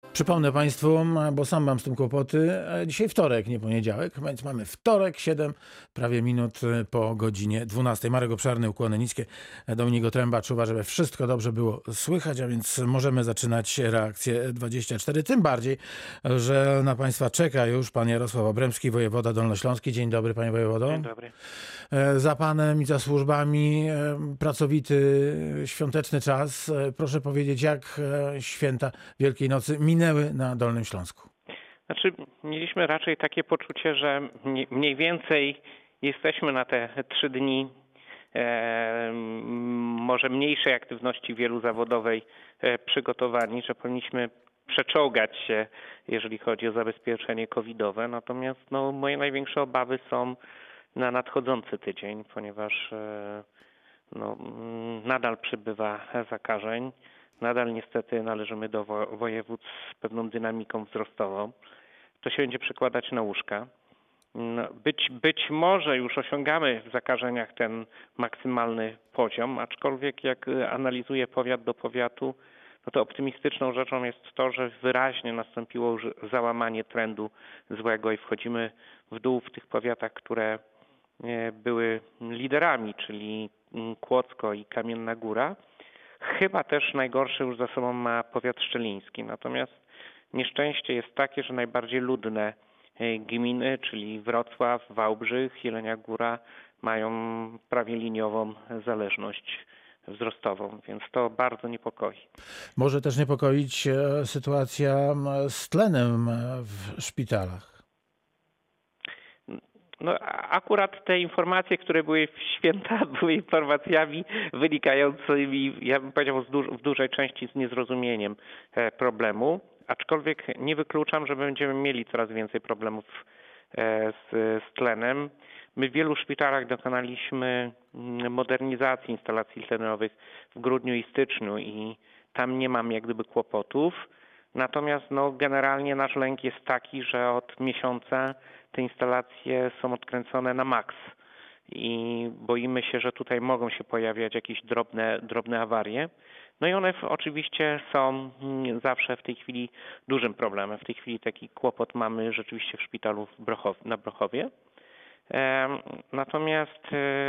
Przypomnę Państwu, bo sam mam z tym kłopoty, dzisiaj wtorek, nie poniedziałek, więc mamy wtorek, 7 prawie minut po godzinie 12. Marek Obszarny, ukłony niskie. Dominik Otręba czuwa, żeby wszystko dobrze było słychać, a więc możemy zaczynać reakcję 24. Tym bardziej, że na Państwa czeka już pan Jarosław Obremski, wojewoda dolnośląski. Dzień dobry, panie wojewodo. Dzień dobry. Za panem i za służbami pracowity, świąteczny czas. Proszę powiedzieć, jak święta Wielkiej Nocy minęły na Dolnym Śląsku? Znaczy, mieliśmy raczej takie poczucie, że mniej więcej jesteśmy na te 3 dni może mniejszej aktywności wielu zawodowej przygotowani, że powinniśmy przeczołgać się, jeżeli chodzi o zabezpieczenie covidowe. Natomiast moje największe obawy są na nadchodzący tydzień, ponieważ nadal przybywa zakażeń. Nadal niestety należymy do województw z pewną dynamiką wzrostową. To się będzie przekładać na łóżka. Być może już osiągamy w zakażeniach ten maksymalny poziom, aczkolwiek jak analizuję powiat do powiatu, to optymistyczną rzeczą jest to, że wyraźnie nastąpiło już załamanie trendu złego i wchodzimy w dół w tych powiatach, które były liderami, czyli Kłodzko i Kamienna Góra. Chyba też najgorsze już za sobą ma powiat szczeliński. Natomiast nieszczęście jest takie, że najbardziej ludne gminy, czyli Wrocław, Wałbrzych, Jelenia Góra, mają prawie liniową zależność wzrostową, więc to bardzo niepokoi. Może też niepokoić sytuacja z tlenem w szpitalach. Akurat te informacje, które były w święta, były informacjami wynikającymi, ja bym powiedział, w dużej części z niezrozumieniem problemu, aczkolwiek nie wykluczam, że będziemy mieli coraz więcej problemów z tlenem. My w wielu szpitalach dokonaliśmy modernizacji instalacji tlenowych w grudniu i styczniu i tam nie mam jak gdyby kłopotów. Natomiast generalnie nasz lęk jest taki, że od miesiąca te instalacje są odkręcone na maks i boimy się, że tutaj mogą się pojawiać jakieś drobne awarie. I one oczywiście są zawsze w tej chwili dużym problemem. W tej chwili taki kłopot mamy rzeczywiście w szpitalu na Brochowie. Natomiast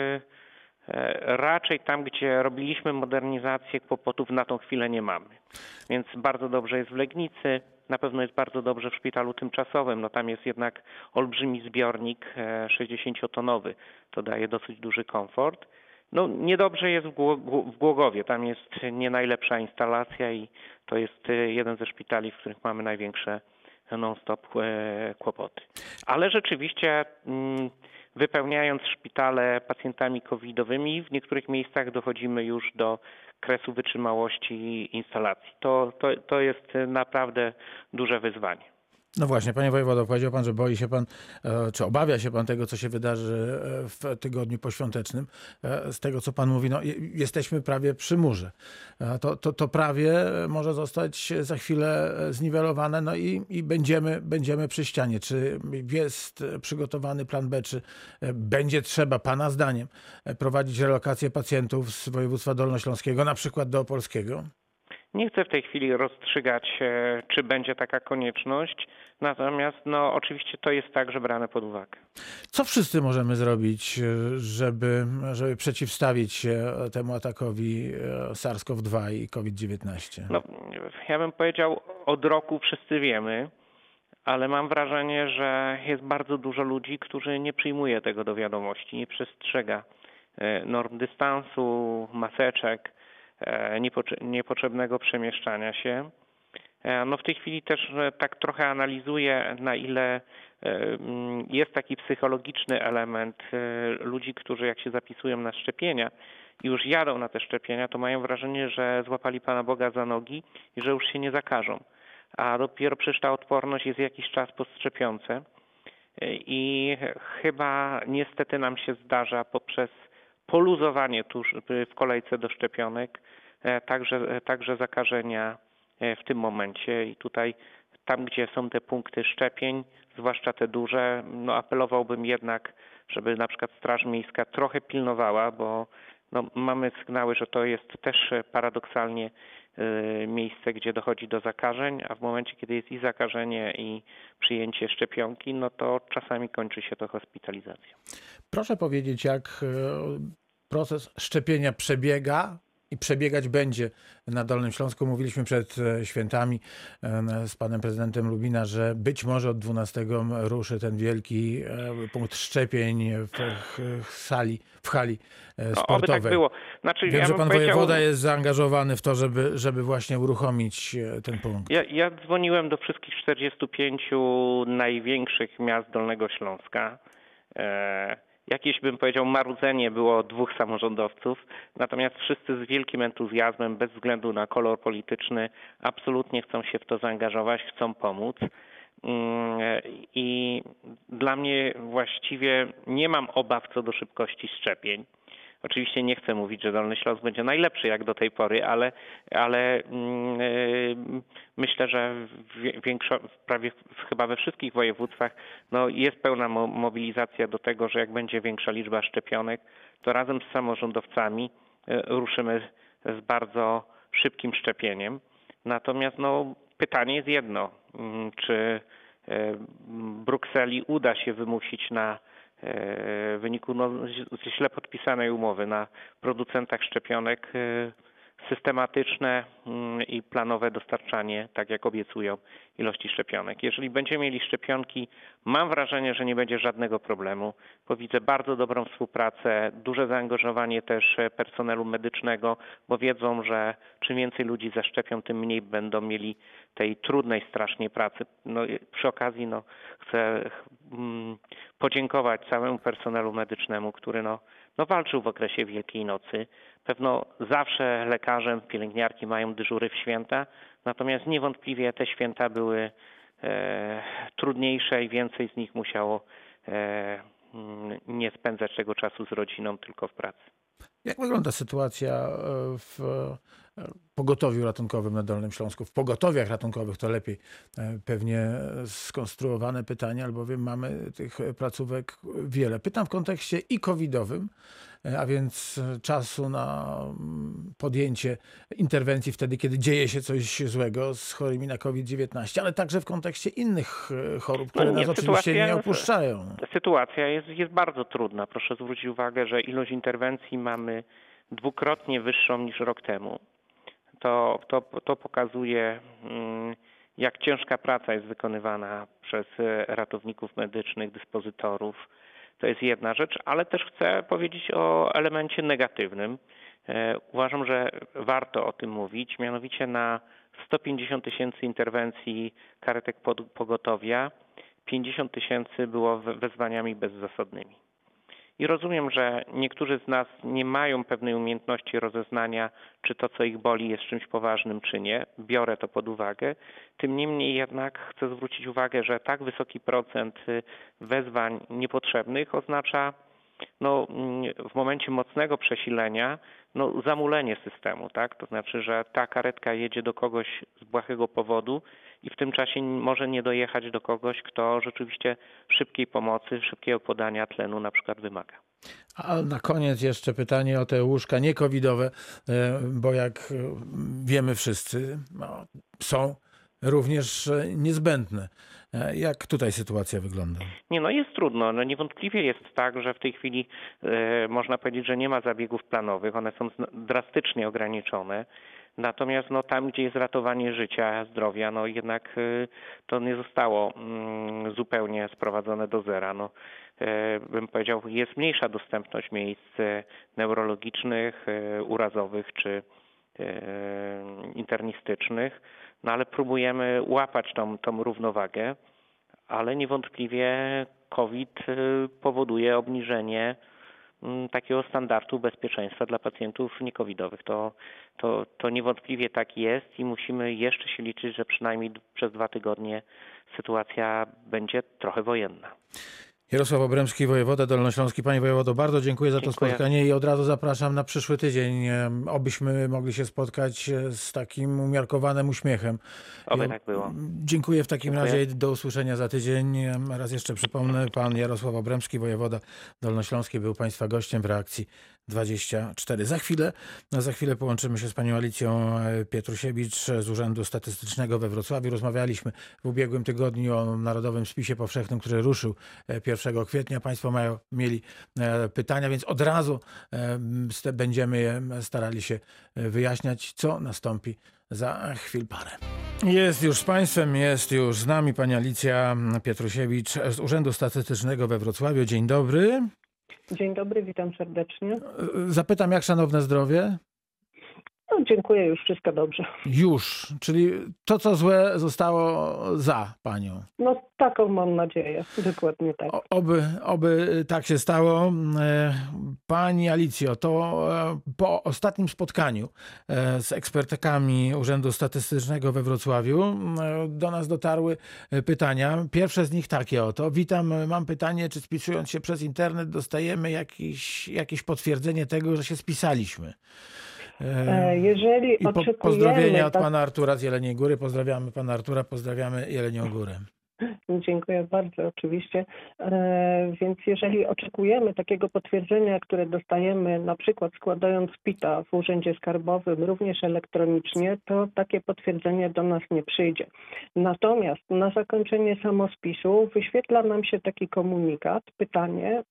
raczej tam, gdzie robiliśmy modernizację, kłopotów na tą chwilę nie mamy. Więc bardzo dobrze jest w Legnicy, na pewno jest bardzo dobrze w szpitalu tymczasowym. Tam jest jednak olbrzymi zbiornik 60-tonowy. To daje dosyć duży komfort. Niedobrze jest w Głogowie. Tam jest nie najlepsza instalacja i to jest jeden ze szpitali, w których mamy największe non-stop kłopoty. Ale rzeczywiście wypełniając szpitale pacjentami covidowymi, w niektórych miejscach dochodzimy już do kresu wytrzymałości instalacji. To jest naprawdę duże wyzwanie. No właśnie, panie wojewodo, powiedział pan, że boi się pan, czy obawia się pan tego, co się wydarzy w tygodniu poświątecznym. Z tego, co pan mówi, jesteśmy prawie przy murze. To prawie może zostać za chwilę zniwelowane, i będziemy przy ścianie. Czy jest przygotowany plan B, czy będzie trzeba, pana zdaniem, prowadzić relokację pacjentów z województwa dolnośląskiego, na przykład do opolskiego? Nie chcę w tej chwili rozstrzygać, czy będzie taka konieczność, natomiast oczywiście to jest także brane pod uwagę. Co wszyscy możemy zrobić, żeby przeciwstawić się temu atakowi SARS-CoV-2 i COVID-19? Ja bym powiedział, od roku wszyscy wiemy, ale mam wrażenie, że jest bardzo dużo ludzi, którzy nie przyjmuje tego do wiadomości, nie przestrzega norm dystansu, maseczek, niepotrzebnego przemieszczania się. W tej chwili też tak trochę analizuję, na ile jest taki psychologiczny element ludzi, którzy jak się zapisują na szczepienia i już jadą na te szczepienia, to mają wrażenie, że złapali Pana Boga za nogi i że już się nie zakażą. A dopiero przecież ta odporność jest jakiś czas po szczepionce i chyba niestety nam się zdarza poprzez poluzowanie tuż w kolejce do szczepionek, także zakażenia w tym momencie. I tutaj, tam gdzie są te punkty szczepień, zwłaszcza te duże, apelowałbym jednak, żeby na przykład Straż Miejska trochę pilnowała, bo mamy sygnały, że to jest też paradoksalnie miejsce, gdzie dochodzi do zakażeń, a w momencie, kiedy jest i zakażenie, i przyjęcie szczepionki, no to czasami kończy się to hospitalizacją. Proszę powiedzieć, jak proces szczepienia przebiega i przebiegać będzie na Dolnym Śląsku. Mówiliśmy przed świętami z panem prezydentem Lubina, że być może od 12 ruszy ten wielki punkt szczepień w hali No, oby tak sportowej. było. Znaczy, Wiem, ja że bym pan powiedział, wojewoda jest zaangażowany w to, żeby właśnie uruchomić ten punkt. ja dzwoniłem do wszystkich 45 największych miast Dolnego Śląska. Jakieś, bym powiedział, marudzenie było 2 samorządowców, natomiast wszyscy z wielkim entuzjazmem, bez względu na kolor polityczny, absolutnie chcą się w to zaangażować, chcą pomóc. I dla mnie właściwie nie mam obaw co do szybkości szczepień. Oczywiście nie chcę mówić, że Dolny Śląsk będzie najlepszy jak do tej pory, ale myślę, że prawie chyba we wszystkich województwach jest pełna mobilizacja do tego, że jak będzie większa liczba szczepionek, to razem z samorządowcami ruszymy z bardzo szybkim szczepieniem. Natomiast pytanie jest jedno, czy Brukseli uda się wymusić w wyniku źle podpisanej umowy na producentach szczepionek systematyczne i planowe dostarczanie, tak jak obiecują, ilości szczepionek. Jeżeli będziemy mieli szczepionki, mam wrażenie, że nie będzie żadnego problemu, bo widzę bardzo dobrą współpracę, duże zaangażowanie też personelu medycznego, bo wiedzą, że czym więcej ludzi zaszczepią, tym mniej będą mieli tej trudnej strasznie pracy. Przy okazji chcę podziękować całemu personelu medycznemu, który walczył w okresie Wielkiej Nocy. Pewno zawsze lekarze, pielęgniarki mają dyżury w święta, natomiast niewątpliwie te święta były trudniejsze i więcej z nich musiało nie spędzać tego czasu z rodziną, tylko w pracy. Jak wygląda sytuacja w pogotowiu ratunkowym na Dolnym Śląsku? W pogotowiach ratunkowych to lepiej pewnie skonstruowane pytanie, albowiem mamy tych placówek wiele. Pytam w kontekście i covidowym, a więc czasu na podjęcie interwencji wtedy, kiedy dzieje się coś złego z chorymi na COVID-19, ale także w kontekście innych chorób, które nas oczywiście nie opuszczają. Sytuacja jest bardzo trudna. Proszę zwrócić uwagę, że ilość interwencji mamy dwukrotnie wyższą niż rok temu. To pokazuje, jak ciężka praca jest wykonywana przez ratowników medycznych, dyspozytorów. To jest jedna rzecz, ale też chcę powiedzieć o elemencie negatywnym. Uważam, że warto o tym mówić, mianowicie na 150 000 interwencji karetek pogotowia 50 000 było wezwaniami bezzasadnymi. I rozumiem, że niektórzy z nas nie mają pewnej umiejętności rozeznania, czy to, co ich boli, jest czymś poważnym, czy nie. Biorę to pod uwagę. Tym niemniej jednak chcę zwrócić uwagę, że tak wysoki procent wezwań niepotrzebnych oznacza w momencie mocnego przesilenia zamulenie systemu, tak? To znaczy, że ta karetka jedzie do kogoś z błahego powodu i w tym czasie może nie dojechać do kogoś, kto rzeczywiście szybkiej pomocy, szybkiego podania tlenu na przykład wymaga. A na koniec jeszcze pytanie o te łóżka niecovidowe, bo jak wiemy wszyscy, są również niezbędne. Jak tutaj sytuacja wygląda? Jest trudno. Niewątpliwie jest tak, że w tej chwili można powiedzieć, że nie ma zabiegów planowych. One są drastycznie ograniczone. Natomiast tam, gdzie jest ratowanie życia, zdrowia, jednak to nie zostało zupełnie sprowadzone do zera. Bym powiedział, jest mniejsza dostępność miejsc neurologicznych, urazowych czy internistycznych, ale próbujemy łapać tą równowagę, ale niewątpliwie COVID powoduje obniżenie takiego standardu bezpieczeństwa dla pacjentów niecovidowych. To niewątpliwie tak jest i musimy jeszcze się liczyć, że przynajmniej przez 2 tygodnie sytuacja będzie trochę wojenna. Jarosław Obremski, wojewoda dolnośląski. Panie wojewodo, bardzo dziękuję za to Dziękuję. spotkanie i od razu zapraszam na przyszły tydzień. Obyśmy mogli się spotkać z takim umiarkowanym uśmiechem. Oby tak było. Dziękuję w takim Dziękuję. razie. Do usłyszenia za tydzień. Raz jeszcze przypomnę, pan Jarosław Obremski, wojewoda dolnośląski, był państwa gościem w Reakcji 24. Za chwilę połączymy się z panią Alicją Pietrusiewicz z Urzędu Statystycznego we Wrocławiu. Rozmawialiśmy w ubiegłym tygodniu o Narodowym Spisie Powszechnym, który ruszył 1 kwietnia. Państwo mieli pytania, więc od razu będziemy je starali się wyjaśniać, co nastąpi za chwil parę. Jest już z państwem, jest już z nami pani Alicja Pietrusiewicz z Urzędu Statystycznego we Wrocławiu. Dzień dobry. Dzień dobry, witam serdecznie. Zapytam, jak szanowne zdrowie? No, dziękuję, już wszystko dobrze. Już, czyli to, co złe, zostało za panią. No taką mam nadzieję, dokładnie tak. Oby tak się stało. Pani Alicjo, to po ostatnim spotkaniu z ekspertkami Urzędu Statystycznego we Wrocławiu do nas dotarły pytania. Pierwsze z nich takie oto. Witam, mam pytanie, czy spisując się przez internet dostajemy jakieś potwierdzenie tego, że się spisaliśmy? Jeżeli I oczekujemy... pozdrowienia od pana Artura z Jeleniej Góry. Pozdrawiamy pana Artura, pozdrawiamy Jelenią Górę. Dziękuję bardzo, oczywiście. Więc jeżeli oczekujemy takiego potwierdzenia, które dostajemy na przykład składając PIT-a w Urzędzie Skarbowym, również elektronicznie, to takie potwierdzenie do nas nie przyjdzie. Natomiast na zakończenie samospisu wyświetla nam się taki komunikat, pytanie,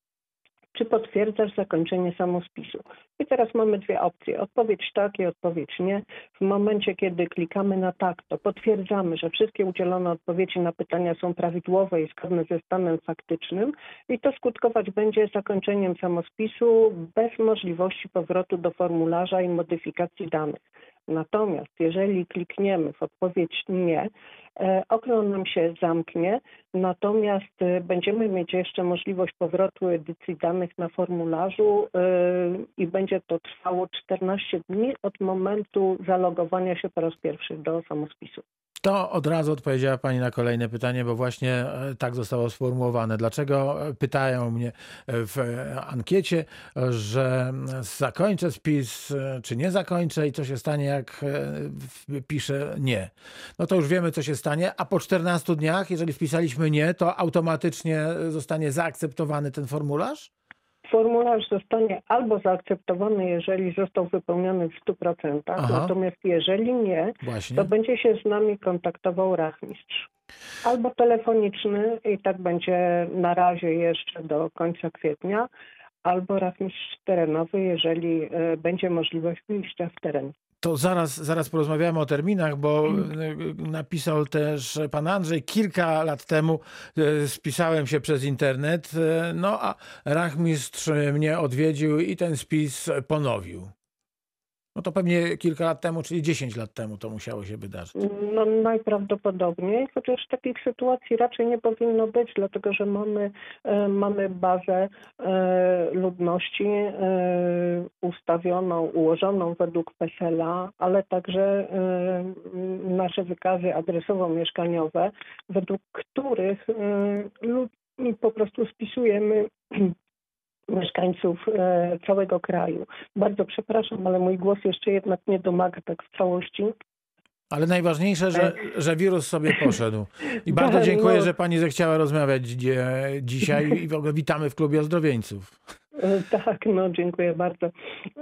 czy potwierdzasz zakończenie samospisu? I teraz mamy dwie opcje. Odpowiedź tak i odpowiedź nie. W momencie, kiedy klikamy na tak, to potwierdzamy, że wszystkie udzielone odpowiedzi na pytania są prawidłowe i zgodne ze stanem faktycznym i to skutkować będzie zakończeniem samospisu bez możliwości powrotu do formularza i modyfikacji danych. Natomiast jeżeli klikniemy w odpowiedź nie, okno nam się zamknie, natomiast będziemy mieć jeszcze możliwość powrotu edycji danych na formularzu i będzie to trwało 14 dni od momentu zalogowania się po raz pierwszy do samospisu. To od razu odpowiedziała pani na kolejne pytanie, bo właśnie tak zostało sformułowane. Dlaczego pytają mnie w ankiecie, że zakończę spis, czy nie zakończę i co się stanie, jak piszę nie. No to już wiemy, co się stanie, a po 14 dniach, jeżeli wpisaliśmy nie, to automatycznie zostanie zaakceptowany ten formularz? Formularz zostanie albo zaakceptowany, jeżeli został wypełniony w 100%, natomiast jeżeli nie, Właśnie. to będzie się z nami kontaktował rachmistrz. Albo telefoniczny i tak będzie na razie jeszcze do końca kwietnia, albo rachmistrz terenowy, jeżeli będzie możliwość wyjścia w teren. To zaraz porozmawiamy o terminach, bo napisał też pan Andrzej. Kilka lat temu spisałem się przez internet, no a rachmistrz mnie odwiedził i ten spis ponowił. No to pewnie kilka lat temu, czyli 10 lat temu to musiało się wydarzyć. No najprawdopodobniej, chociaż takich sytuacji raczej nie powinno być, dlatego że mamy bazę ludności ustawioną, ułożoną według PESEL-a, ale także nasze wykazy adresowo-mieszkaniowe, według których po prostu spisujemy mieszkańców całego kraju. Bardzo przepraszam, ale mój głos jeszcze jednak nie domaga tak w całości. Ale najważniejsze, że wirus sobie poszedł. I bardzo dziękuję, że pani zechciała rozmawiać dzisiaj i w ogóle witamy w klubie ozdrowieńców. Tak, no dziękuję bardzo.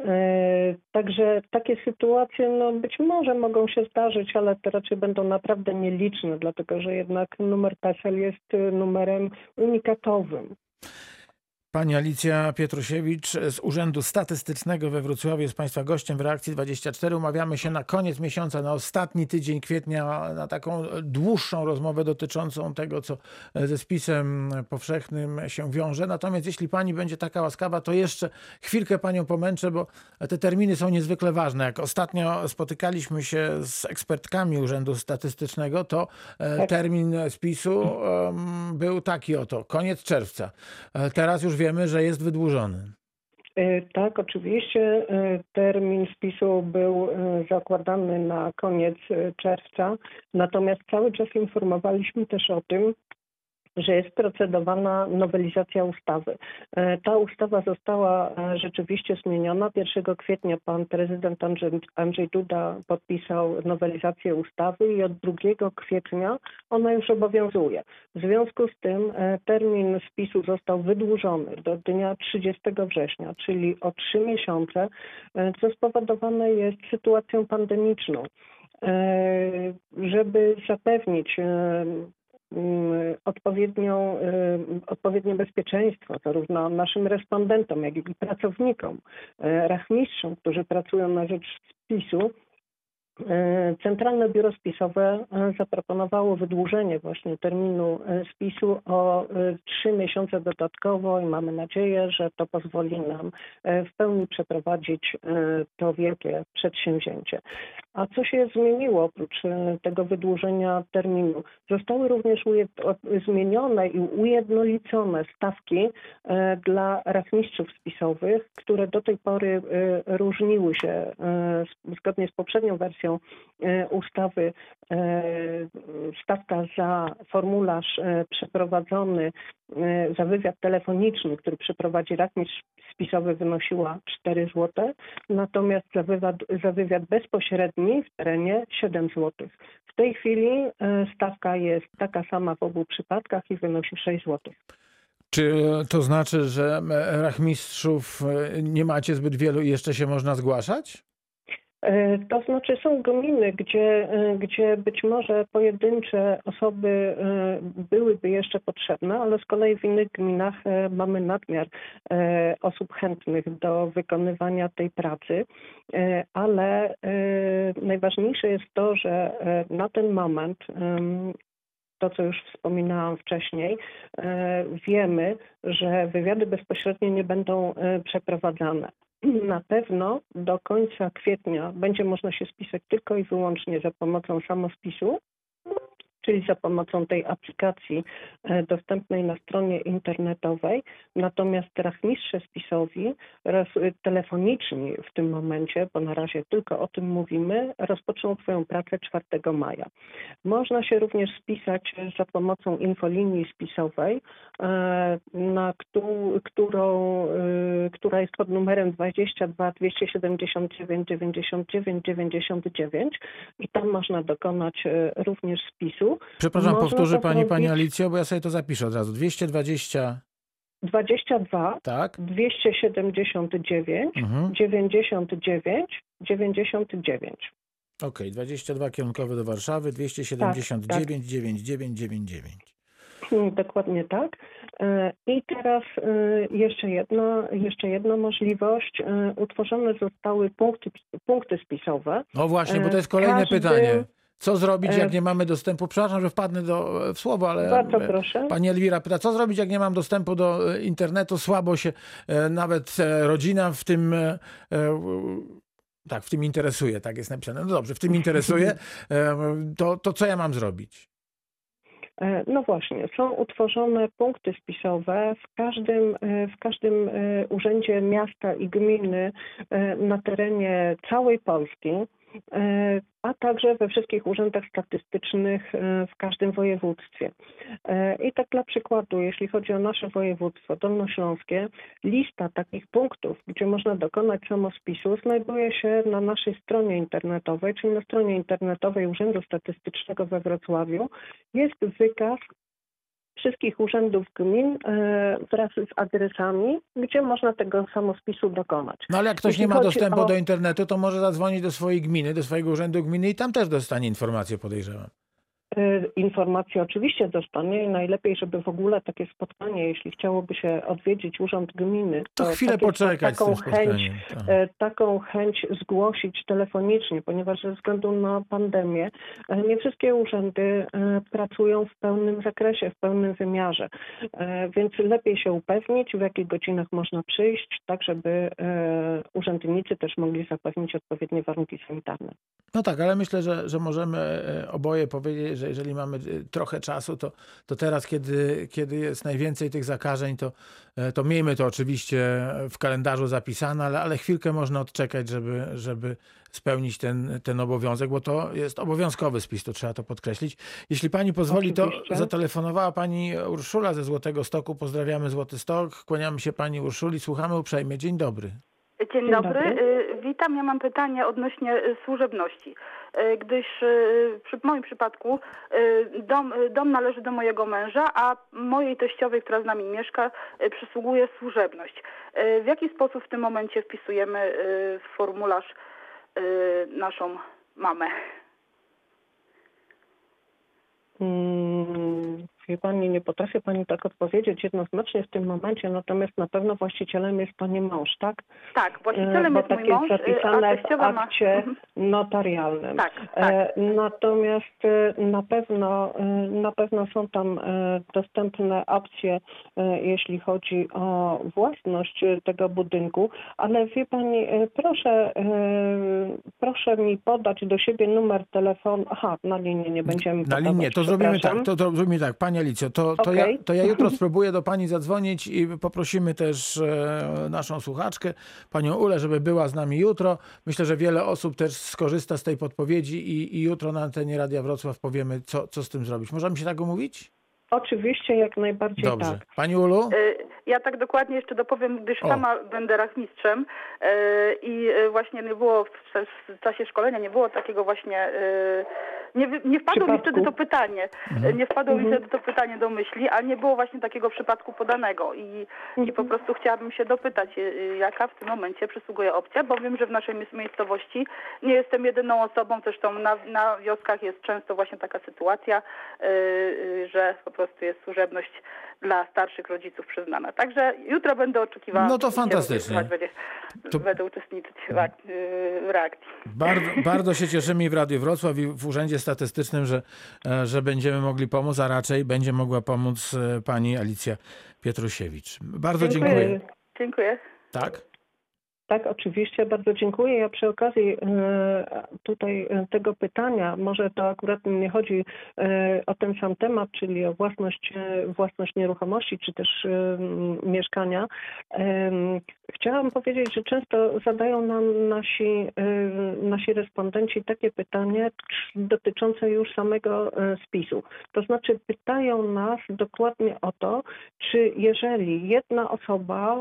Także takie sytuacje być może mogą się zdarzyć, ale to raczej będą naprawdę nieliczne, dlatego że jednak numer PESEL jest numerem unikatowym. Pani Alicja Pietrusiewicz z Urzędu Statystycznego we Wrocławiu jest państwa gościem w Reakcji 24. Umawiamy się na koniec miesiąca, na ostatni tydzień kwietnia, na taką dłuższą rozmowę dotyczącą tego, co ze spisem powszechnym się wiąże. Natomiast jeśli pani będzie taka łaskawa, to jeszcze chwilkę panią pomęczę, bo te terminy są niezwykle ważne. Jak ostatnio spotykaliśmy się z ekspertkami Urzędu Statystycznego, to termin spisu był taki oto, koniec czerwca. Teraz już wiemy, że jest wydłużony. Tak, oczywiście termin spisu był zakładany na koniec czerwca, natomiast cały czas informowaliśmy też o tym, że jest procedowana nowelizacja ustawy. Ta ustawa została rzeczywiście zmieniona. 1 kwietnia pan prezydent Andrzej Duda podpisał nowelizację ustawy i od 2 kwietnia ona już obowiązuje. W związku z tym termin spisu został wydłużony do dnia 30 września, czyli o 3 miesiące, co spowodowane jest sytuacją pandemiczną. Żeby zapewnić odpowiednie bezpieczeństwo zarówno naszym respondentom, jak i pracownikom, rachmistrzom, którzy pracują na rzecz spisu, Centralne Biuro Spisowe zaproponowało wydłużenie właśnie terminu spisu o 3 miesiące dodatkowo i mamy nadzieję, że to pozwoli nam w pełni przeprowadzić to wielkie przedsięwzięcie. A co się zmieniło oprócz tego wydłużenia terminu? Zostały również zmienione i ujednolicone stawki dla rachmistrzów spisowych, które do tej pory różniły się zgodnie z poprzednią wersją ustawy. Stawka za formularz przeprowadzony, za wywiad telefoniczny, który przeprowadzi rachmistrz spisowy, wynosiła 4 zł, natomiast za wywiad bezpośredni w terenie 7 zł. W tej chwili stawka jest taka sama w obu przypadkach i wynosi 6 zł. Czy to znaczy, że rachmistrzów nie macie zbyt wielu i jeszcze się można zgłaszać? To znaczy są gminy, gdzie być może pojedyncze osoby byłyby jeszcze potrzebne, ale z kolei w innych gminach mamy nadmiar osób chętnych do wykonywania tej pracy, ale najważniejsze jest to, że na ten moment to, co już wspominałam wcześniej, wiemy, że wywiady bezpośrednie nie będą przeprowadzane. Na pewno do końca kwietnia będzie można się spisać tylko i wyłącznie za pomocą samospisu, czyli za pomocą tej aplikacji dostępnej na stronie internetowej. Natomiast rachmistrze spisowi oraz telefoniczni w tym momencie, bo na razie tylko o tym mówimy, rozpoczną swoją pracę 4 maja. Można się również spisać za pomocą infolinii spisowej, która jest pod numerem 22 279 99 99 i tam można dokonać również spisu. Przepraszam, powtórzy pani zrobić... Alicjo, bo ja sobie to zapiszę od razu. 220... 22 Tak? 279 99 99. Okej, 22 kierunkowy do Warszawy, 279 tak. 9999. Dokładnie tak. I teraz jeszcze jedna możliwość. Utworzone zostały punkty spisowe. No właśnie, bo to jest kolejne pytanie. Co zrobić, jak nie mamy dostępu? Przepraszam, że wpadnę w słowo, ale bardzo proszę. pani Elwira pyta, co zrobić, jak nie mam dostępu do internetu? Słabo się nawet rodzina w tym... Tak, w tym interesuje, tak jest napisane. No dobrze, w tym interesuje. To co ja mam zrobić? No właśnie, są utworzone punkty spisowe w każdym urzędzie miasta i gminy na terenie całej Polski, a także we wszystkich urzędach statystycznych w każdym województwie. I tak dla przykładu, jeśli chodzi o nasze województwo dolnośląskie, lista takich punktów, gdzie można dokonać samospisu, znajduje się na naszej stronie internetowej, czyli na stronie internetowej Urzędu Statystycznego we Wrocławiu. Jest wykaz wszystkich urzędów gmin wraz z adresami, gdzie można tego samospisu dokonać. No ale jak ktoś nie ma dostępu do internetu, to może zadzwonić do swojej gminy, do swojego urzędu gminy i tam też dostanie informację, podejrzewam. Informacje oczywiście dostanie i najlepiej, żeby w ogóle takie spotkanie, jeśli chciałoby się odwiedzić urząd gminy, to chwilę poczekać taką chęć zgłosić telefonicznie, ponieważ ze względu na pandemię nie wszystkie urzędy pracują w pełnym zakresie, w pełnym wymiarze, więc lepiej się upewnić, w jakich godzinach można przyjść, tak żeby urzędnicy też mogli zapewnić odpowiednie warunki sanitarne. No tak, ale myślę, że możemy oboje powiedzieć, że że jeżeli mamy trochę czasu, to teraz, kiedy jest najwięcej tych zakażeń, to miejmy to oczywiście w kalendarzu zapisane, ale chwilkę można odczekać, żeby spełnić ten obowiązek, bo to jest obowiązkowy spis, to trzeba to podkreślić. Jeśli pani pozwoli, Oczywiście. to zatelefonowała pani Urszula ze Złotego Stoku. Pozdrawiamy Złoty Stok. Kłaniamy się pani Urszuli. Słuchamy uprzejmie. Dzień dobry. Dzień Dzień dobry. dobry. Witam. Ja mam pytanie odnośnie służebności, gdyż w moim przypadku dom należy do mojego męża, a mojej teściowej, która z nami mieszka, przysługuje służebność. W jaki sposób w tym momencie wpisujemy w formularz naszą mamę? Wie pani, nie potrafię pani tak odpowiedzieć jednoznacznie w tym momencie, natomiast na pewno właścicielem jest pani mąż, tak? Tak, właścicielem Bo jest tak mój mąż, jest a zapisane w teściowa ma... akcie notarialnym. Tak, tak. Natomiast na pewno są tam dostępne opcje, jeśli chodzi o własność tego budynku, ale wie pani, proszę mi podać do siebie numer telefonu. Aha, na linię nie będziemy Na podawać, linię, to zrobimy tak, przepraszam. to zrobimy tak. Pani Alicjo, Okej. to ja jutro spróbuję do pani zadzwonić i poprosimy też naszą słuchaczkę, panią Ulę, żeby była z nami jutro. Myślę, że wiele osób też skorzysta z tej podpowiedzi i jutro na antenie Radia Wrocław powiemy, co z tym zrobić. Możemy się tak umówić? Oczywiście, jak najbardziej Dobrze. tak. Pani Ulu? Ja tak dokładnie jeszcze dopowiem, gdyż O. sama będę rachmistrzem i właśnie nie było w czasie szkolenia, nie było takiego właśnie, nie wpadło mi wtedy to pytanie, nie wpadło mi wtedy to pytanie do myśli, a nie było właśnie takiego przypadku podanego i po prostu chciałabym się dopytać, jaka w tym momencie przysługuje opcja, bo wiem, że w naszej miejscowości nie jestem jedyną osobą, zresztą na wioskach jest często właśnie taka sytuacja, że po prostu jest służebność dla starszych rodziców przyznana. Także jutro będę oczekiwała. No to fantastycznie. Będę uczestniczyć w reakcji. Bardzo się cieszymy i w Radiu Wrocław i w Urzędzie Statystycznym, że będziemy mogli pomóc, a raczej będzie mogła pomóc pani Alicja Pietrusiewicz. Bardzo dziękuję. Dziękuję. Tak? Tak, oczywiście, bardzo dziękuję. Ja przy okazji tutaj tego pytania, może to akurat nie chodzi o ten sam temat, czyli o własność nieruchomości, czy też mieszkania. Chciałam powiedzieć, że często zadają nam nasi respondenci takie pytanie dotyczące już samego spisu. To znaczy pytają nas dokładnie o to, czy jeżeli jedna osoba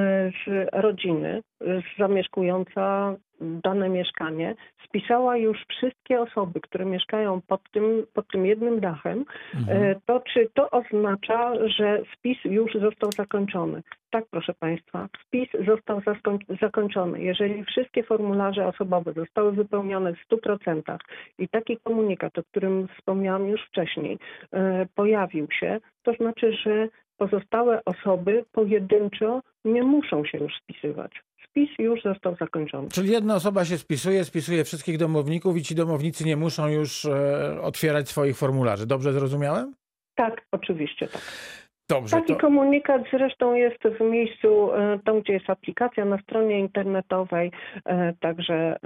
z rodziny, zamieszkująca dane mieszkanie, spisała już wszystkie osoby, które mieszkają pod tym jednym dachem, to czy to oznacza, że spis już został zakończony? Tak, proszę Państwa, spis został zakończony. Jeżeli wszystkie formularze osobowe zostały wypełnione w 100% i taki komunikat, o którym wspomniałam już wcześniej, pojawił się, to znaczy, że pozostałe osoby pojedynczo nie muszą się już spisywać. Spis już został zakończony. Czyli jedna osoba się spisuje wszystkich domowników i ci domownicy nie muszą już otwierać swoich formularzy. Dobrze zrozumiałem? Tak, oczywiście tak. Dobrze. Taki komunikat zresztą jest w miejscu, tam gdzie jest aplikacja na stronie internetowej, także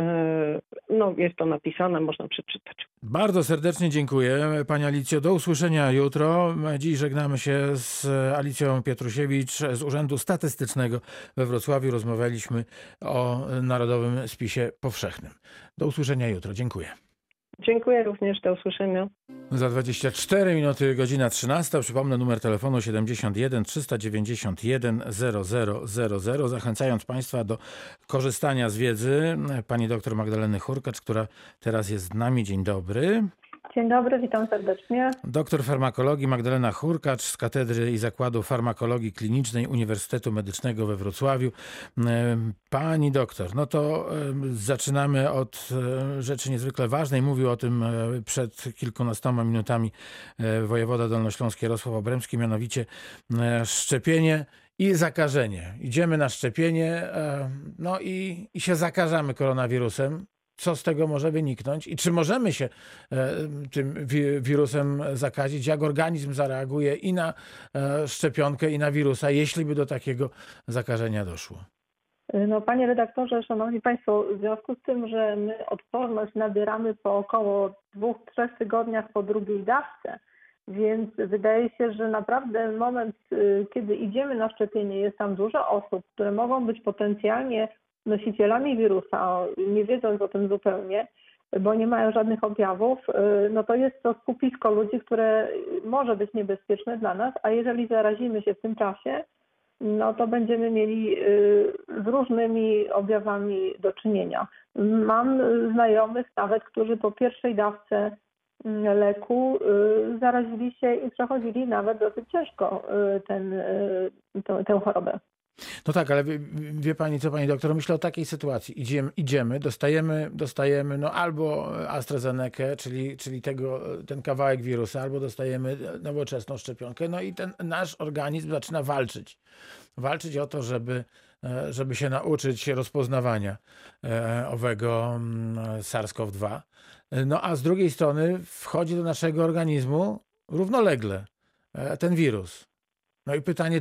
jest to napisane, można przeczytać. Bardzo serdecznie dziękuję Pani Alicjo. Do usłyszenia jutro. Dziś żegnamy się z Alicją Pietrusiewicz z Urzędu Statystycznego we Wrocławiu. Rozmawialiśmy o Narodowym Spisie Powszechnym. Do usłyszenia jutro. Dziękuję. Dziękuję również, do usłyszenia. Za 24 minuty, godzina 13. Przypomnę numer telefonu 71 391 0000. Zachęcając Państwa do korzystania z wiedzy pani dr Magdaleny Hurkacz, która teraz jest z nami. Dzień dobry. Dzień dobry, witam serdecznie. Doktor farmakologii Magdalena Hurkacz z Katedry i Zakładu Farmakologii Klinicznej Uniwersytetu Medycznego we Wrocławiu. Pani doktor, no to zaczynamy od rzeczy niezwykle ważnej. Mówił o tym przed kilkunastoma minutami wojewoda dolnośląski Jarosław Obremski, mianowicie szczepienie i zakażenie. Idziemy na szczepienie, no i się zakażamy koronawirusem. Co z tego może wyniknąć i czy możemy się tym wirusem zakazić? Jak organizm zareaguje i na szczepionkę, i na wirusa, jeśli by do takiego zakażenia doszło? No, panie redaktorze, szanowni państwo, w związku z tym, że my odporność nabieramy po około 2-3 tygodniach po drugiej dawce, więc wydaje się, że naprawdę moment, kiedy idziemy na szczepienie, jest tam dużo osób, które mogą być potencjalnie nosicielami wirusa, nie wiedząc o tym zupełnie, bo nie mają żadnych objawów, no to jest to skupisko ludzi, które może być niebezpieczne dla nas, a jeżeli zarazimy się w tym czasie, no to będziemy mieli z różnymi objawami do czynienia. Mam znajomych nawet, którzy po pierwszej dawce leku zarazili się i przechodzili nawet dosyć ciężko tę chorobę. No tak, ale wie pani co, pani doktor, myślę o takiej sytuacji. Idziemy, dostajemy no albo AstraZenekę, czyli ten kawałek wirusa, albo dostajemy nowoczesną szczepionkę, no i ten nasz organizm zaczyna walczyć. Walczyć o to, żeby się nauczyć rozpoznawania owego SARS-CoV-2. No a z drugiej strony wchodzi do naszego organizmu równolegle ten wirus. No i pytanie,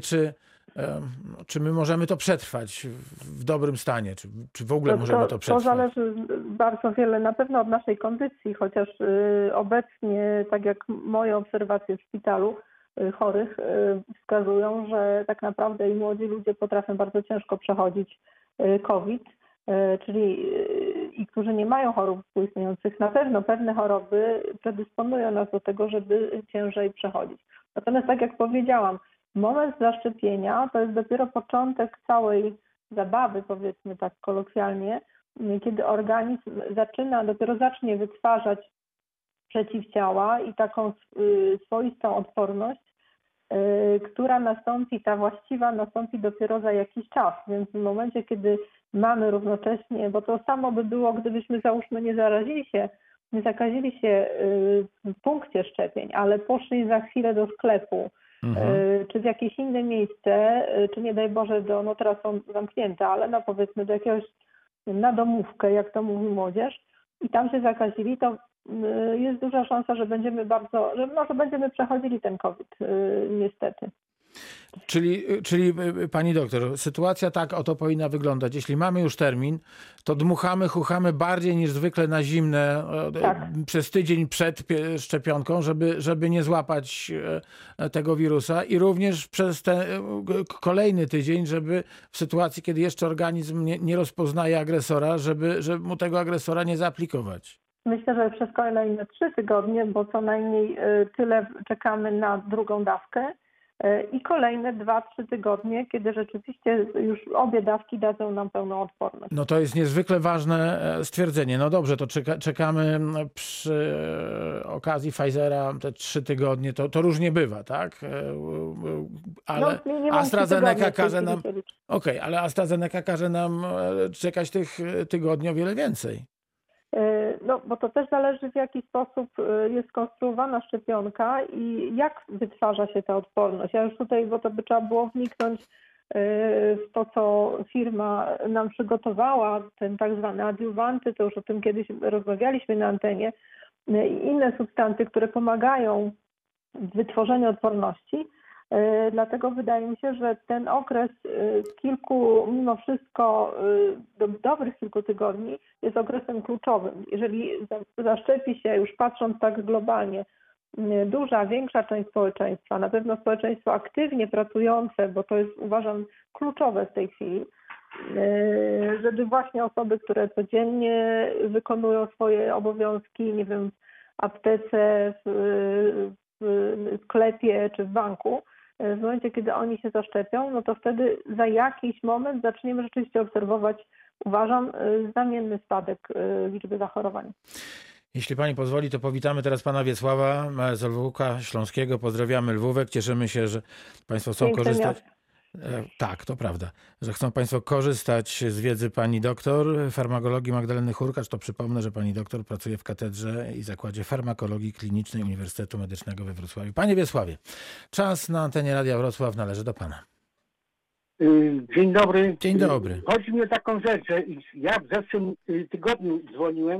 czy my możemy to przetrwać w dobrym stanie? Czy w ogóle możemy to przetrwać? To zależy bardzo wiele na pewno od naszej kondycji, chociaż obecnie, tak jak moje obserwacje w szpitalu chorych wskazują, że tak naprawdę i młodzi ludzie potrafią bardzo ciężko przechodzić COVID, czyli i którzy nie mają chorób współistniejących, na pewno pewne choroby predysponują nas do tego, żeby ciężej przechodzić. Natomiast tak jak powiedziałam, moment zaszczepienia to jest dopiero początek całej zabawy, powiedzmy tak kolokwialnie, kiedy organizm dopiero zacznie wytwarzać przeciwciała i taką swoistą odporność, która ta właściwa nastąpi dopiero za jakiś czas. Więc w momencie, kiedy mamy równocześnie, bo to samo by było, gdybyśmy załóżmy nie zakazili się w punkcie szczepień, ale poszli za chwilę do sklepu, czy w jakieś inne miejsce, czy nie daj Boże, no teraz są zamknięte, ale no powiedzmy do jakiegoś, na domówkę, jak to mówi młodzież, i tam się zakazili, to jest duża szansa, że będziemy przechodzili ten COVID, niestety. Czyli pani doktor, sytuacja tak oto powinna wyglądać. Jeśli mamy już termin, to chuchamy bardziej niż zwykle na zimne przez tydzień przed szczepionką, żeby nie złapać tego wirusa, i również przez ten kolejny tydzień, żeby w sytuacji, kiedy jeszcze organizm nie rozpoznaje agresora, żeby mu tego agresora nie zaaplikować. Myślę, że przez kolejne 3 tygodnie, bo co najmniej tyle czekamy na drugą dawkę, i kolejne 2-3 tygodnie, kiedy rzeczywiście już obie dawki dadzą nam pełną odporność. No to jest niezwykle ważne stwierdzenie. No dobrze, to czekamy przy okazji Pfizera te 3 tygodnie. To różnie bywa, tak? Ale AstraZeneca każe nam... ale AstraZeneca każe nam czekać tych tygodni o wiele więcej. No, bo to też zależy, w jaki sposób jest skonstruowana szczepionka i jak wytwarza się ta odporność. Ja już tutaj, bo to by trzeba było wniknąć w to, co firma nam przygotowała, ten tak zwany adiuwanty, to już o tym kiedyś rozmawialiśmy na antenie, i inne substancje, które pomagają w wytworzeniu odporności. Dlatego wydaje mi się, że ten okres mimo wszystko dobrych kilku tygodni jest okresem kluczowym. Jeżeli zaszczepi się, już patrząc tak globalnie, większa część społeczeństwa, na pewno społeczeństwo aktywnie pracujące, bo to jest, uważam, kluczowe w tej chwili, żeby właśnie osoby, które codziennie wykonują swoje obowiązki, nie wiem, w aptece, w sklepie czy w banku, w momencie, kiedy oni się zaszczepią, no to wtedy za jakiś moment zaczniemy rzeczywiście obserwować, uważam, znamienny spadek liczby zachorowań. Jeśli pani pozwoli, to powitamy teraz pana Wiesława z Lwówka Śląskiego. Pozdrawiamy Lwówek. Cieszymy się, że państwo chcą korzystać. Tak, to prawda, że chcą państwo korzystać z wiedzy pani doktor farmakologii Magdaleny Hurkacz. To przypomnę, że pani doktor pracuje w Katedrze i Zakładzie Farmakologii Klinicznej Uniwersytetu Medycznego we Wrocławiu. Panie Wiesławie, czas na antenie Radia Wrocław należy do pana. Dzień dobry. Dzień dobry. Chodzi mi o taką rzecz, że ja w zeszłym tygodniu dzwoniłem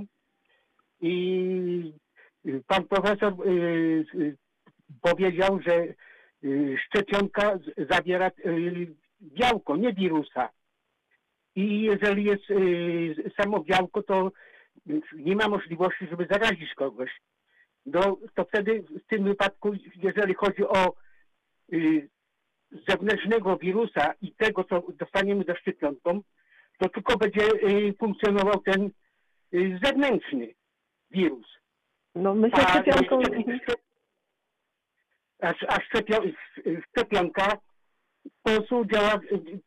i pan profesor powiedział, że szczepionka zawiera białko, nie wirusa. i jeżeli jest samo białko, to nie ma możliwości, żeby zarazić kogoś. No, to wtedy w tym wypadku, jeżeli chodzi o zewnętrznego wirusa i tego, co dostaniemy za szczepionką, to tylko będzie funkcjonował ten zewnętrzny wirus. No my się szczepionką... Szczepionka po prostu działa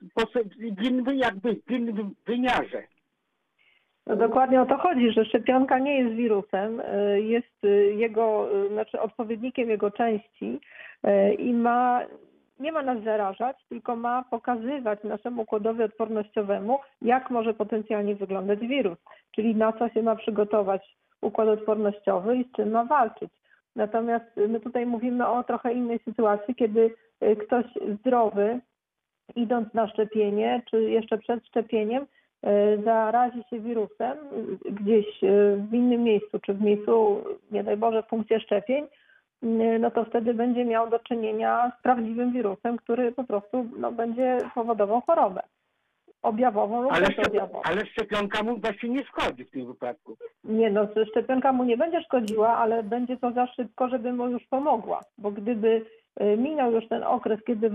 w innym wymiarze. No dokładnie o to chodzi, że szczepionka nie jest wirusem, jest jego, znaczy odpowiednikiem jego części i nie ma nas zarażać, tylko ma pokazywać naszemu układowi odpornościowemu, jak może potencjalnie wyglądać wirus, czyli na co się ma przygotować układ odpornościowy i z czym ma walczyć. Natomiast my tutaj mówimy o trochę innej sytuacji, kiedy ktoś zdrowy, idąc na szczepienie, czy jeszcze przed szczepieniem, zarazi się wirusem gdzieś w innym miejscu, czy w miejscu, nie daj Boże, w punkcie szczepień, no to wtedy będzie miał do czynienia z prawdziwym wirusem, który po prostu będzie powodował chorobę objawową lub bezobjawową. Ale szczepionka mu właśnie nie szkodzi w tym wypadku. Nie, no szczepionka mu nie będzie szkodziła, ale będzie to za szybko, żeby mu już pomogła, bo gdyby minął już ten okres, kiedy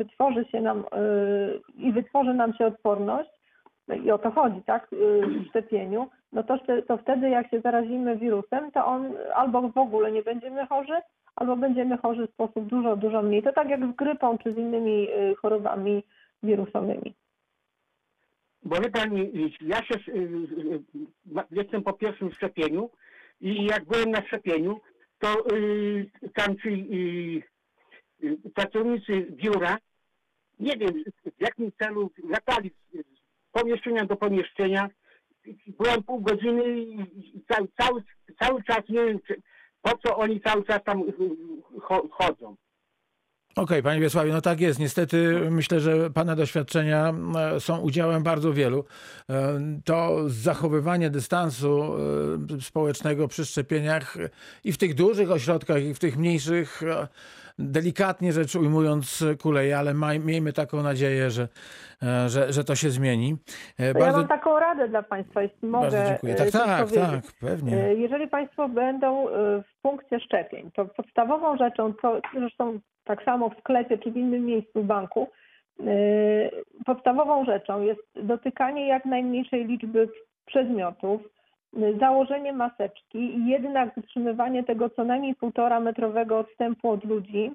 wytworzy nam się odporność, i o to chodzi, tak, w szczepieniu, no to wtedy jak się zarazimy wirusem, to on albo w ogóle nie będziemy chorzy, albo będziemy chorzy w sposób dużo, dużo mniej. To tak jak z grypą czy z innymi chorobami wirusowymi. Bo wie pani, ja jestem po pierwszym szczepieniu i jak byłem na szczepieniu, to tam ci pracownicy biura, nie wiem w jakim celu, latali z pomieszczenia do pomieszczenia. Byłem pół godziny i cały czas nie wiem, po co oni cały czas tam chodzą. Okej, panie Wiesławie, no tak jest. Niestety myślę, że pana doświadczenia są udziałem bardzo wielu. To zachowywanie dystansu społecznego przy szczepieniach i w tych dużych ośrodkach, i w tych mniejszych, delikatnie rzecz ujmując, kuleje, ale miejmy taką nadzieję, że to się zmieni. Ja mam taką radę dla państwa, jeśli mogę. Bardzo dziękuję. Tak, pewnie. Jeżeli państwo będą w punkcie szczepień, to podstawową rzeczą, zresztą tak samo w sklepie czy w innym miejscu w banku, podstawową rzeczą jest dotykanie jak najmniejszej liczby przedmiotów, założenie maseczki i jednak utrzymywanie tego co najmniej 1,5-metrowego odstępu od ludzi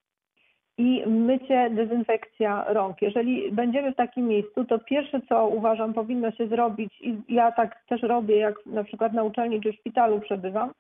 i mycie, dezynfekcja rąk. Jeżeli będziemy w takim miejscu, to pierwsze co uważam powinno się zrobić i ja tak też robię, jak na przykład na uczelni czy w szpitalu przebywam,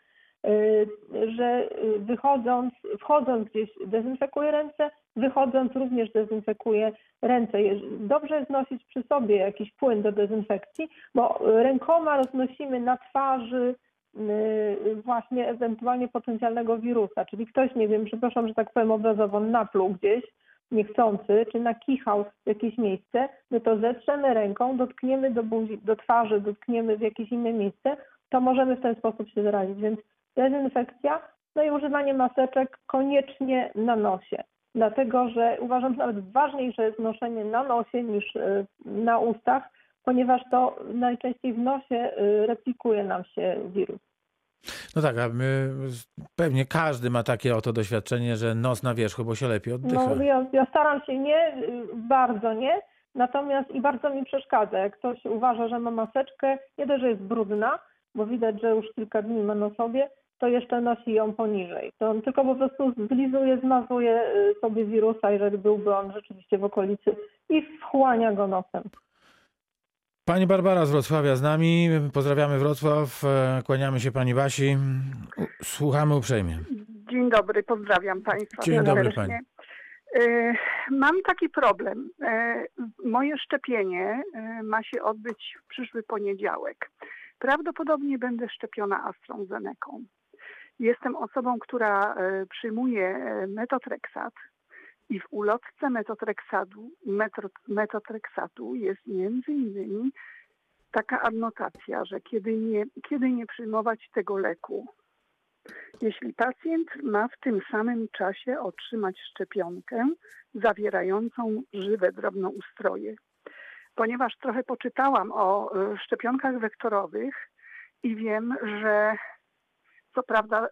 że wchodząc gdzieś dezynfekuję ręce, wychodząc również dezynfekuję ręce. Dobrze jest nosić przy sobie jakiś płyn do dezynfekcji, bo rękoma roznosimy na twarzy właśnie ewentualnie potencjalnego wirusa. Czyli ktoś, nie wiem, przepraszam, że tak powiem obrazowo, napluł gdzieś niechcący, czy nakichał w jakieś miejsce, no to zetrzemy ręką, dotkniemy do buzi, do twarzy, dotkniemy w jakieś inne miejsce, to możemy w ten sposób się zarazić. Więc dezynfekcja, no i używanie maseczek koniecznie na nosie. Dlatego, że uważam, że nawet ważniejsze jest noszenie na nosie niż na ustach, ponieważ to najczęściej w nosie replikuje nam się wirus. No tak, a pewnie każdy ma takie oto doświadczenie, że nos na wierzchu, bo się lepiej oddycha. No ja staram się bardzo nie, natomiast i bardzo mi przeszkadza. Jak ktoś uważa, że ma maseczkę, nie dość, że jest brudna, bo widać, że już kilka dni ma na sobie, to jeszcze nosi ją poniżej. To on tylko po prostu zlizuje, zmazuje sobie wirusa, jeżeli byłby on rzeczywiście w okolicy i wchłania go nosem. Pani Barbara z Wrocławia z nami. Pozdrawiamy Wrocław. Kłaniamy się pani Basi. Słuchamy uprzejmie. Dzień dobry, pozdrawiam państwa. Dzień dobry pani. Mam taki problem. Moje szczepienie ma się odbyć w przyszły poniedziałek. Prawdopodobnie będę szczepiona AstraZeneką. Jestem osobą, która przyjmuje metotreksat i w ulotce metotreksatu jest między innymi taka adnotacja, że kiedy nie przyjmować tego leku. Jeśli pacjent ma w tym samym czasie otrzymać szczepionkę zawierającą żywe drobnoustroje. ponieważ trochę poczytałam o szczepionkach wektorowych i wiem, że co prawda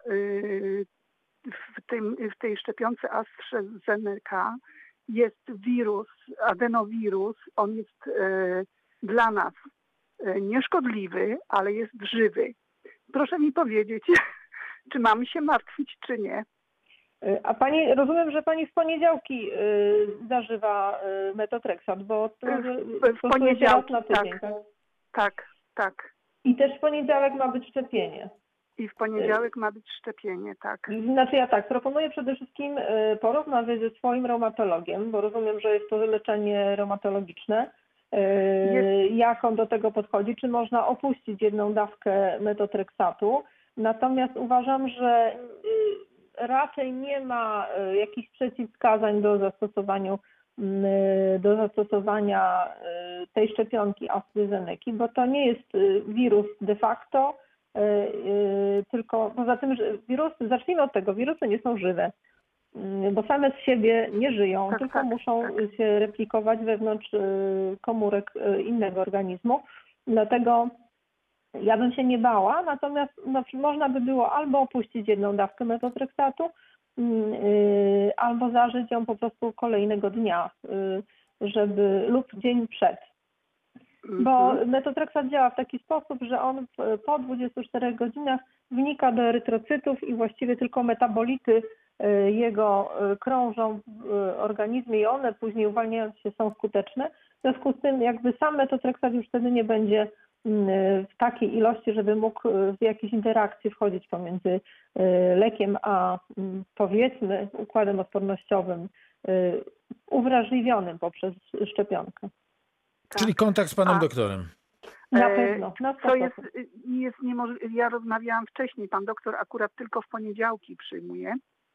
w tej szczepionce AstraZeneca jest wirus, adenowirus. On jest dla nas nieszkodliwy, ale jest żywy. Proszę mi powiedzieć, czy mam się martwić, czy nie? A pani, rozumiem, że pani w poniedziałki zażywa metotrexat, bo to W poniedziałki, raz na tydzień, tak? Tak. I też w poniedziałek ma być szczepienie. I w poniedziałek ma być szczepienie, tak. Znaczy ja tak, proponuję przede wszystkim porozmawiać ze swoim reumatologiem, bo rozumiem, że jest to leczenie reumatologiczne. Jak on do tego podchodzi, czy można opuścić jedną dawkę metotrexatu. Natomiast uważam, że raczej nie ma jakichś przeciwwskazań do zastosowania tej szczepionki AstraZeneca, bo to nie jest wirus de facto, tylko poza tym, że zacznijmy od tego, wirusy nie są żywe, bo same z siebie nie żyją, tylko muszą się replikować wewnątrz komórek innego organizmu. Dlatego ja bym się nie bała, natomiast można by było albo opuścić jedną dawkę metotrexatu, albo zażyć ją po prostu kolejnego dnia, lub dzień przed. Bo metotrexat działa w taki sposób, że on po 24 godzinach wnika do erytrocytów i właściwie tylko metabolity jego krążą w organizmie i one później uwalniając się są skuteczne. W związku z tym jakby sam metotrexat już wtedy nie będzie w takiej ilości, żeby mógł w jakieś interakcje wchodzić pomiędzy lekiem a powiedzmy układem odpornościowym uwrażliwionym poprzez szczepionkę. Czyli kontakt z panem doktorem. Na pewno. Co jest niemożliwe. Ja rozmawiałam wcześniej, pan doktor akurat tylko w poniedziałki przyjmuje.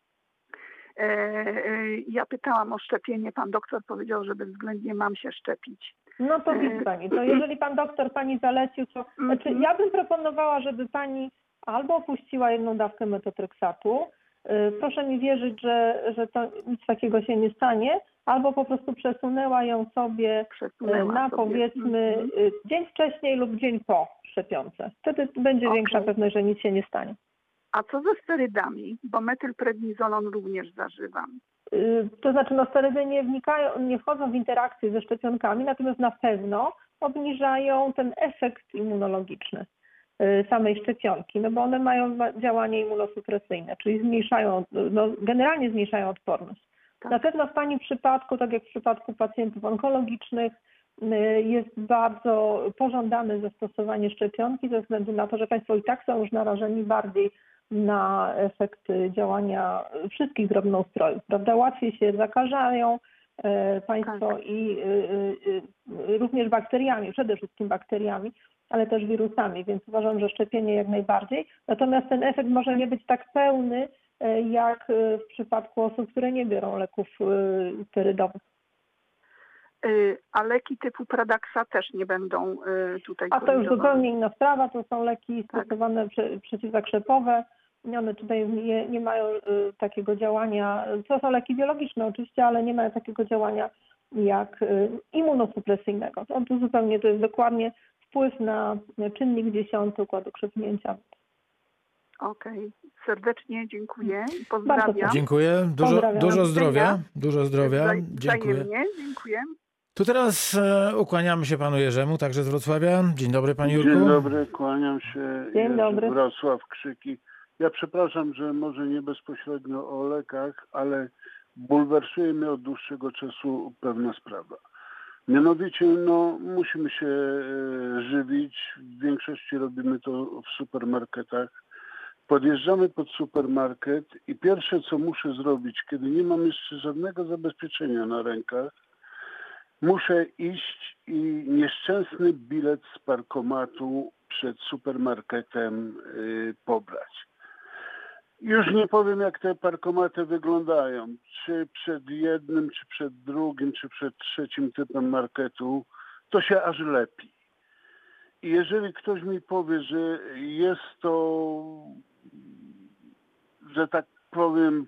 Ja pytałam o szczepienie, pan doktor powiedział, że bezwzględnie mam się szczepić. No to widzi pani, to jeżeli pan doktor pani zalecił, to znaczy ja bym proponowała, żeby pani albo opuściła jedną dawkę metotrexatu, proszę mi wierzyć, że to nic takiego się nie stanie, albo po prostu przesunęła ją sobie powiedzmy dzień wcześniej lub dzień po szczepionce. Wtedy będzie większa pewność, że nic się nie stanie. A co ze sterydami? Bo metylprednizolon również zażywam. To znaczy sterydy nie wchodzą w interakcję ze szczepionkami, natomiast na pewno obniżają ten efekt immunologiczny samej szczepionki, no bo one mają działanie immunosupresyjne, czyli generalnie zmniejszają odporność. Tak. Na pewno w pani przypadku, tak jak w przypadku pacjentów onkologicznych, jest bardzo pożądane zastosowanie szczepionki ze względu na to, że państwo i tak są już narażeni bardziej na efekt działania wszystkich drobnoustrojów, prawda? Łatwiej się zakażają państwo i również bakteriami, przede wszystkim bakteriami, ale też wirusami, więc uważam, że szczepienie jak najbardziej. Natomiast ten efekt może nie być tak pełny, jak w przypadku osób, które nie biorą leków sterydowych. A leki typu Pradaxa też nie będą tutaj A to już zupełnie inna sprawa, to są leki stosowane przeciwzakrzepowe. One tutaj nie mają takiego działania, to są leki biologiczne oczywiście, ale nie mają takiego działania jak immunosupresyjnego. To jest dokładnie wpływ na czynnik 10 układu krzepnięcia. Okej. Serdecznie dziękuję i pozdrawiam. Dziękuję. Dużo zdrowia. Dużo zdrowia. Dziękuję. Wzajemnie. Dziękuję. Tu teraz ukłaniamy się panu Jerzemu, także z Wrocławia. Dzień dobry, panie Jurku. Dzień dobry, kłaniam się. Dzień dobry. Wrocław, Krzyki. Ja przepraszam, że może nie bezpośrednio o lekach, ale bulwersuje mnie od dłuższego czasu pewna sprawa. Mianowicie, musimy się żywić. W większości robimy to w supermarketach. Podjeżdżamy pod supermarket i pierwsze, co muszę zrobić, kiedy nie mam jeszcze żadnego zabezpieczenia na rękach, muszę iść i nieszczęsny bilet z parkomatu przed supermarketem pobrać. Już nie powiem, jak te parkomaty wyglądają. Czy przed jednym, czy przed drugim, czy przed trzecim typem marketu. To się aż lepi. I jeżeli ktoś mi powie, że jest to, że tak powiem,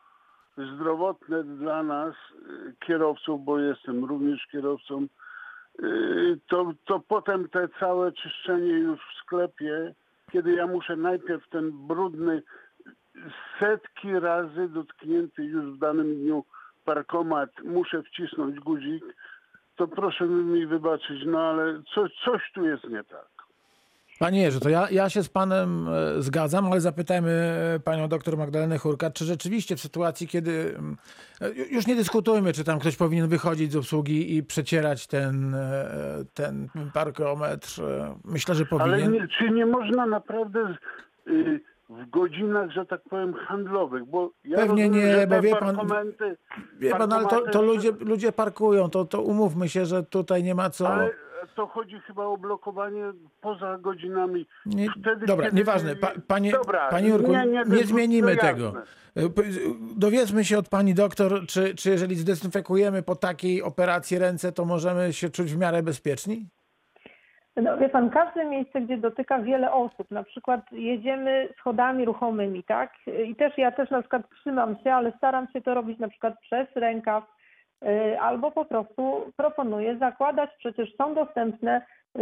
zdrowotne dla nas, kierowców, bo jestem również kierowcą, to potem te całe czyszczenie już w sklepie, kiedy ja muszę najpierw ten brudny, setki razy dotknięty już w danym dniu parkomat, muszę wcisnąć guzik, to proszę mi wybaczyć, no ale coś tu jest nie tak. Panie Jerzy, to ja się z panem zgadzam, ale zapytajmy panią doktor Magdalenę Hurkacz, czy rzeczywiście w sytuacji, kiedy już nie dyskutujmy, czy tam ktoś powinien wychodzić z obsługi i przecierać ten parkometr. Myślę, że powinien. Ale czy nie można naprawdę w godzinach, że tak powiem, handlowych, bo ja Pewnie rozumiem, nie, że bo te wie pan, ale to ludzie parkują, to umówmy się, że tutaj nie ma co... Ale to chodzi chyba o blokowanie poza godzinami. Wtedy, Dobra, kiedy... nieważne. Panie Jurku, nie zmienimy tego. Dowiedzmy się od pani doktor, czy jeżeli zdezynfekujemy po takiej operacji ręce, to możemy się czuć w miarę bezpieczni? No wie pan, każde miejsce, gdzie dotyka wiele osób, na przykład jedziemy schodami ruchomymi, tak? I ja też na przykład trzymam się, ale staram się to robić na przykład przez rękaw, albo po prostu proponuję zakładać, przecież są dostępne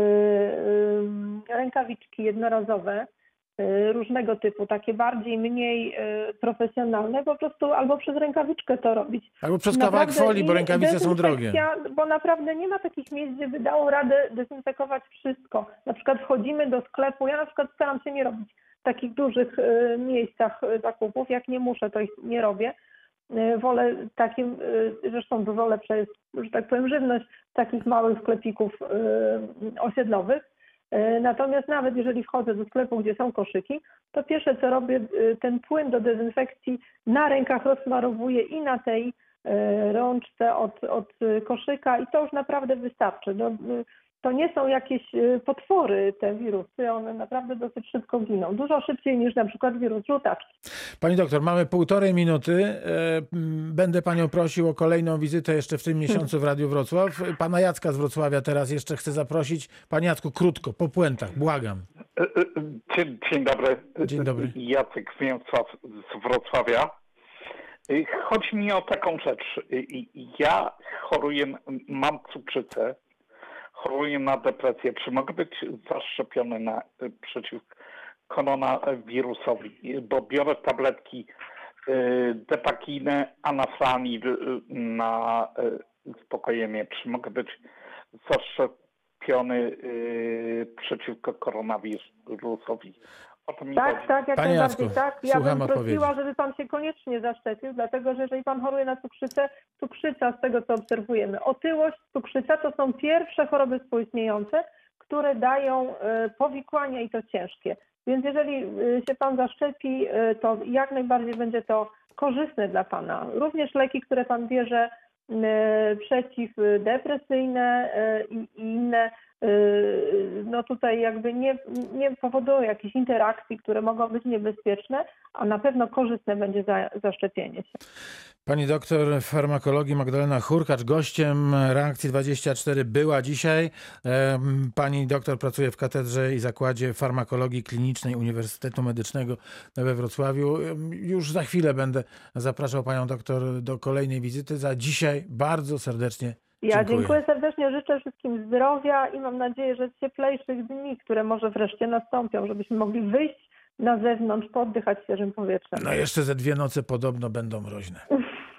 rękawiczki jednorazowe różnego typu, takie bardziej, mniej profesjonalne, po prostu albo przez rękawiczkę to robić. Albo przez kawałek folii, bo rękawice są drogie. Bo naprawdę nie ma takich miejsc, gdzie by dało radę dezynfekować wszystko. Na przykład wchodzimy do sklepu, ja na przykład staram się nie robić w takich dużych miejscach zakupów, jak nie muszę, to ich nie robię. Wolę takim, zresztą wolę przez, że tak powiem, żywność takich małych sklepików osiedlowych. Natomiast nawet jeżeli wchodzę do sklepu, gdzie są koszyki, to pierwsze co robię, ten płyn do dezynfekcji na rękach rozsmarowuję i na tej rączce od koszyka i to już naprawdę wystarczy. To nie są jakieś potwory, te wirusy, one naprawdę dosyć szybko giną. Dużo szybciej niż na przykład wirus żółtaczki. Pani doktor, mamy 1,5 minuty. Będę panią prosił o kolejną wizytę jeszcze w tym miesiącu w Radiu Wrocław. Pana Jacka z Wrocławia teraz jeszcze chcę zaprosić. Panie Jacku, krótko, po puentach, błagam. Dzień dobry. Dzień dobry. Jacek z Wrocławia. Chodzi mi o taką rzecz. Ja choruję, mam cukrzycę. Choruję na depresję. Czy mogę być zaszczepiony przeciw koronawirusowi? Bo biorę tabletki Depakinę, Anafranil na uspokojenie. Czy mogę być zaszczepiony przeciwko koronawirusowi? Tak, jak najbardziej tak. Ja bym prosiła, żeby pan się koniecznie zaszczepił, dlatego że jeżeli pan choruje na cukrzyca z tego co obserwujemy, otyłość, cukrzyca to są pierwsze choroby współistniejące, które dają powikłania i to ciężkie. Więc jeżeli się pan zaszczepi, to jak najbardziej będzie to korzystne dla pana. Również leki, które pan bierze przeciwdepresyjne i inne, no tutaj jakby nie powodują jakichś interakcji, które mogą być niebezpieczne, a na pewno korzystne będzie zaszczepienie się. Pani doktor farmakologii Magdalena Hurkacz, gościem Reakcji 24 była dzisiaj. Pani doktor pracuje w Katedrze i Zakładzie Farmakologii Klinicznej Uniwersytetu Medycznego we Wrocławiu. Już za chwilę będę zapraszał panią doktor do kolejnej wizyty. Za dzisiaj bardzo serdecznie Ja dziękuję serdecznie, życzę wszystkim zdrowia i mam nadzieję, że cieplejszych dni, które może wreszcie nastąpią, żebyśmy mogli wyjść na zewnątrz, poddychać świeżym powietrzem. No jeszcze ze 2 noce podobno będą mroźne.